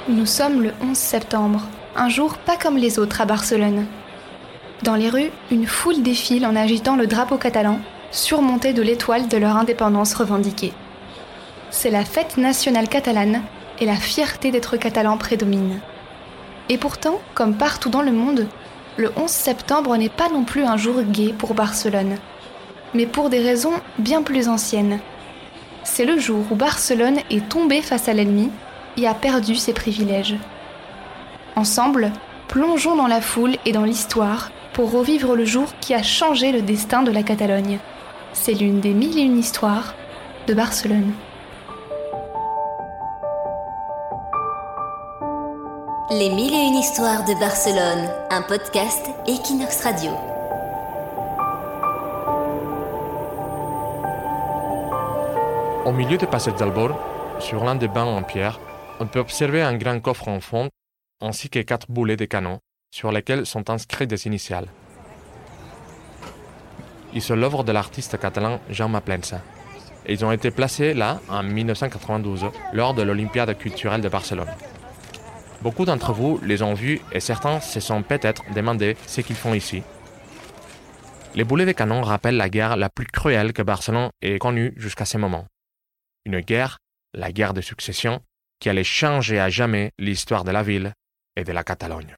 Nous sommes le 11 septembre, un jour pas comme les autres à Barcelone. Dans les rues, une foule défile en agitant le drapeau catalan, surmonté de l'étoile de leur indépendance revendiquée. C'est la fête nationale catalane et la fierté d'être catalan prédomine. Et pourtant, comme partout dans le monde, le 11 septembre n'est pas non plus un jour gai pour Barcelone, mais pour des raisons bien plus anciennes. C'est le jour où Barcelone est tombée face à l'ennemi et a perdu ses privilèges. Ensemble, plongeons dans la foule et dans l'histoire pour revivre le jour qui a changé le destin de la Catalogne. C'est l'une des 1001 histoires de Barcelone. Les 1001 histoires de Barcelone, un podcast Equinox Radio. Au milieu de Passeig d'Albor, sur l'un des bancs en pierre, on peut observer un grand coffre en fonte ainsi que 4 boulets de canon sur lesquels sont inscrits des initiales. Ils sont l'œuvre de l'artiste catalan Jaume Plensa. Et ils ont été placés là en 1992 lors de l'Olympiade culturelle de Barcelone. Beaucoup d'entre vous les ont vus et certains se sont peut-être demandé ce qu'ils font ici. Les boulets de canon rappellent la guerre la plus cruelle que Barcelone ait connue jusqu'à ce moment. Une guerre, la guerre de succession, qui allait changer à jamais l'histoire de la ville et de la Catalogne.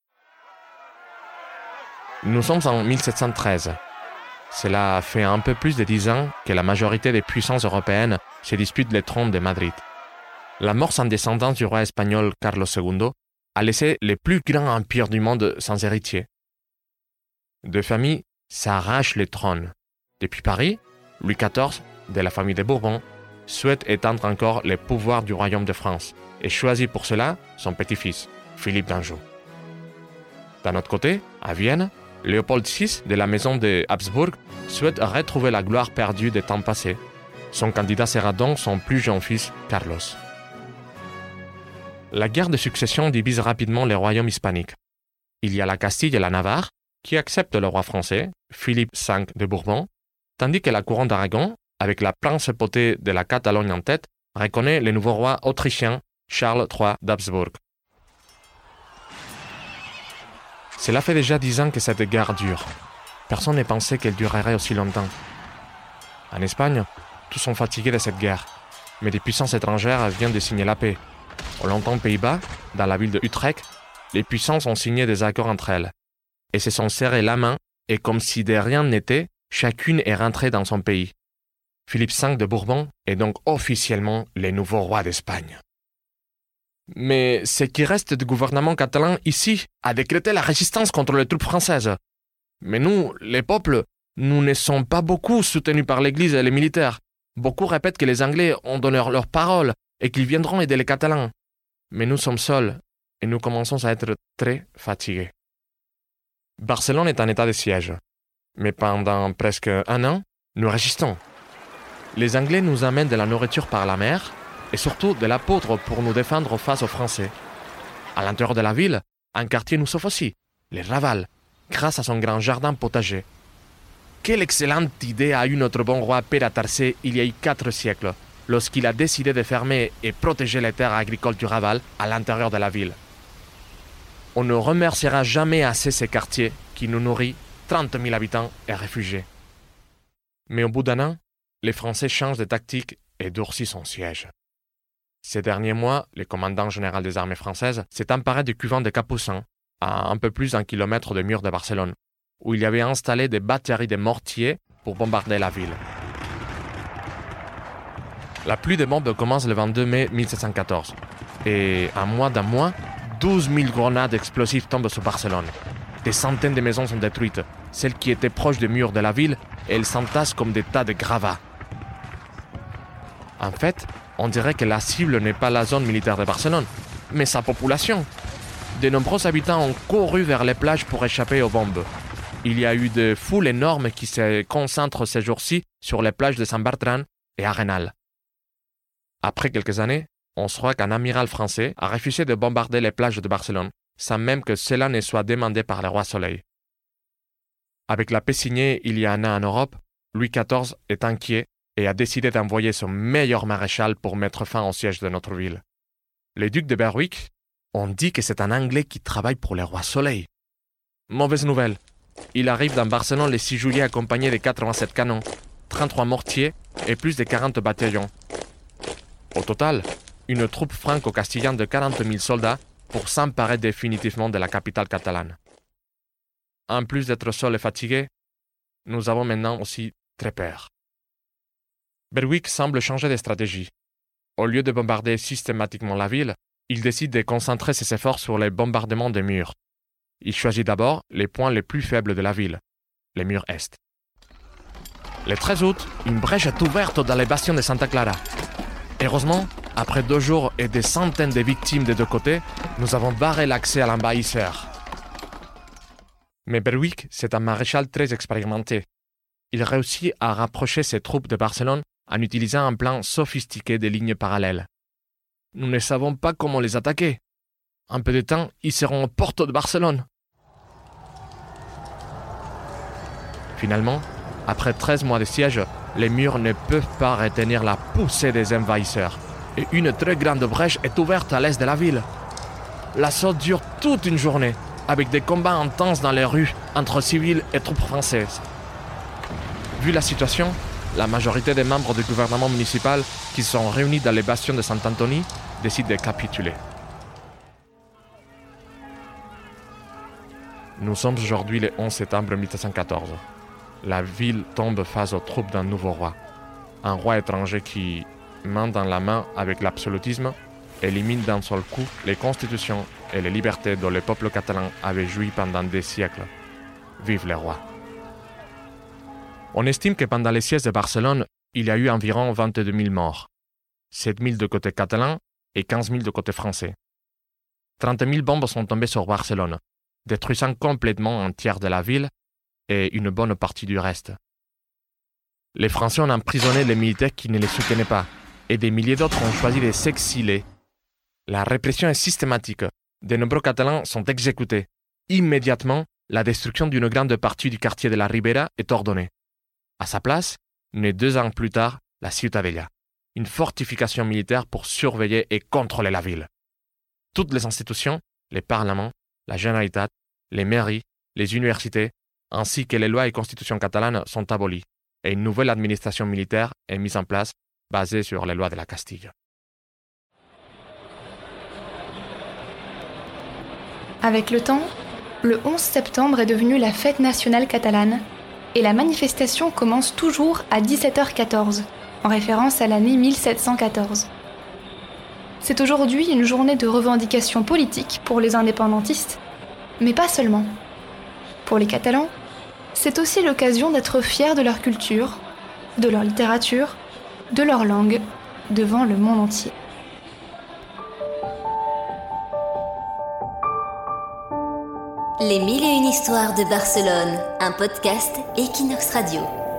Nous sommes en 1713. Cela fait un peu plus de 10 ans que la majorité des puissances européennes se disputent le trône de Madrid. La mort sans descendance du roi espagnol Carlos II a laissé le plus grand empire du monde sans héritier. Deux familles s'arrachent le trône. Depuis Paris, Louis XIV, de la famille de Bourbon, souhaite étendre encore les pouvoirs du royaume de France et choisit pour cela son petit-fils, Philippe d'Anjou. D'un autre côté, à Vienne, Léopold VI de la maison de Habsbourg souhaite retrouver la gloire perdue des temps passés. Son candidat sera donc son plus jeune fils, Carlos. La guerre de succession divise rapidement les royaumes hispaniques. Il y a la Castille et la Navarre, qui acceptent le roi français, Philippe V de Bourbon, tandis que la couronne d'Aragon, avec la principauté de la Catalogne en tête, reconnaît le nouveau roi autrichien Charles III d'Habsbourg. Cela fait déjà 10 ans que cette guerre dure. Personne ne pensait qu'elle durerait aussi longtemps. En Espagne, tous sont fatigués de cette guerre, mais des puissances étrangères viennent de signer la paix. Au lointain Pays-Bas, dans la ville de Utrecht, les puissances ont signé des accords entre elles, et se sont serrées la main, et comme si de rien n'était, chacune est rentrée dans son pays. Philippe V de Bourbon est donc officiellement le nouveau roi d'Espagne. Mais ce qui reste du gouvernement catalan ici a décrété la résistance contre les troupes françaises. Mais nous, les peuples, nous ne sommes pas beaucoup soutenus par l'Église et les militaires. Beaucoup répètent que les Anglais ont donné leur parole et qu'ils viendront aider les Catalans. Mais nous sommes seuls et nous commençons à être très fatigués. Barcelone est en état de siège. Mais pendant presque un an, nous résistons. Les Anglais nous amènent de la nourriture par la mer et surtout de la poudre pour nous défendre face aux Français. À l'intérieur de la ville, un quartier nous sauve aussi, les Raval, grâce à son grand jardin potager. Quelle excellente idée a eu notre bon roi Pere III il y a eu 4 siècles, lorsqu'il a décidé de fermer et protéger les terres agricoles du Raval à l'intérieur de la ville. On ne remerciera jamais assez ces quartiers qui nous nourrissent 30 000 habitants et réfugiés. Mais au bout d'un an, les Français changent de tactique et durcissent son siège. Ces derniers mois, le commandant général des armées françaises s'est emparé du couvent de Capucins, à un peu plus d'1 kilomètre des murs de Barcelone, où il y avait installé des batteries de mortiers pour bombarder la ville. La pluie de bombes commence le 22 mai 1714, et en moins d'un mois, 12 000 grenades explosives tombent sur Barcelone. Des centaines de maisons sont détruites, celles qui étaient proches des murs de la ville, et elles s'entassent comme des tas de gravats. En fait, on dirait que la cible n'est pas la zone militaire de Barcelone, mais sa population. De nombreux habitants ont couru vers les plages pour échapper aux bombes. Il y a eu des foules énormes qui se concentrent ces jours-ci sur les plages de Sant Bertran et Arenal. Après quelques années, on saura qu'un amiral français a refusé de bombarder les plages de Barcelone, sans même que cela ne soit demandé par le roi Soleil. Avec la paix signée il y a un an en Europe, Louis XIV est inquiet et a décidé d'envoyer son meilleur maréchal pour mettre fin au siège de notre ville. Le duc de Berwick, On dit que c'est un Anglais qui travaille pour le roi Soleil. Mauvaise nouvelle. Il arrive dans Barcelone le 6 juillet accompagné de 87 canons, 33 mortiers et plus de 40 bataillons. Au total, une troupe franco-castillane de 40 000 soldats pour s'emparer définitivement de la capitale catalane. En plus d'être seuls et fatigués, nous avons maintenant aussi très peur. Berwick semble changer de stratégie. Au lieu de bombarder systématiquement la ville, il décide de concentrer ses efforts sur les bombardements des murs. Il choisit d'abord les points les plus faibles de la ville, les murs est. Le 13 août, une brèche est ouverte dans les bastions de Santa Clara. Heureusement, après 2 jours et des centaines de victimes des deux côtés, nous avons barré l'accès à l'envahisseur. Mais Berwick, c'est un maréchal très expérimenté. Il réussit à rapprocher ses troupes de Barcelone en utilisant un plan sophistiqué de lignes parallèles. Nous ne savons pas comment les attaquer. En peu de temps, ils seront aux portes de Barcelone. Finalement, après 13 mois de siège, les murs ne peuvent pas retenir la poussée des envahisseurs et une très grande brèche est ouverte à l'est de la ville. L'assaut dure toute une journée, avec des combats intenses dans les rues entre civils et troupes françaises. Vu la situation, la majorité des membres du gouvernement municipal qui sont réunis dans les bastions de Sant-Antoni décident de capituler. Nous sommes aujourd'hui le 11 septembre 1714. La ville tombe face aux troupes d'un nouveau roi. Un roi étranger qui, main dans la main avec l'absolutisme, élimine d'un seul coup les constitutions et les libertés dont le peuple catalan avait joui pendant des siècles. Vive le roi! On estime que pendant les sièges de Barcelone, il y a eu environ 22 000 morts, 7 000 de côté catalan et 15 000 de côté français. 30 000 bombes sont tombées sur Barcelone, détruisant complètement un tiers de la ville et une bonne partie du reste. Les Français ont emprisonné les militaires qui ne les soutenaient pas, et des milliers d'autres ont choisi de s'exiler. La répression est systématique. De nombreux Catalans sont exécutés. Immédiatement, la destruction d'une grande partie du quartier de la Ribera est ordonnée. À sa place, naît 2 ans plus tard la Ciutadella, une fortification militaire pour surveiller et contrôler la ville. Toutes les institutions, les parlements, la Generalitat, les mairies, les universités, ainsi que les lois et constitutions catalanes sont abolies, et une nouvelle administration militaire est mise en place basée sur les lois de la Castille. Avec le temps, le 11 septembre est devenu la fête nationale catalane et la manifestation commence toujours à 17h14, en référence à l'année 1714. C'est aujourd'hui une journée de revendication politique pour les indépendantistes, mais pas seulement. Pour les Catalans, c'est aussi l'occasion d'être fiers de leur culture, de leur littérature, de leur langue, devant le monde entier. Les 1001 histoires de Barcelone, un podcast Equinox Radio.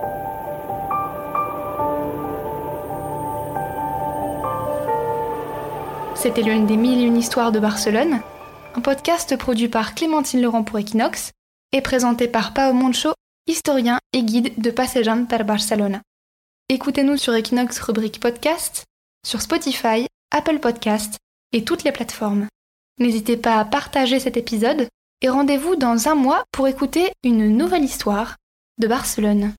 C'était l'une des 1001 histoires de Barcelone, un podcast produit par Clémentine Laurent pour Equinox et présenté par Pau Moncho, historien et guide de Passejant per Barcelona. Écoutez-nous sur Equinox rubrique podcast, sur Spotify, Apple Podcast et toutes les plateformes. N'hésitez pas à partager cet épisode et rendez-vous dans un mois pour écouter une nouvelle histoire de Barcelone.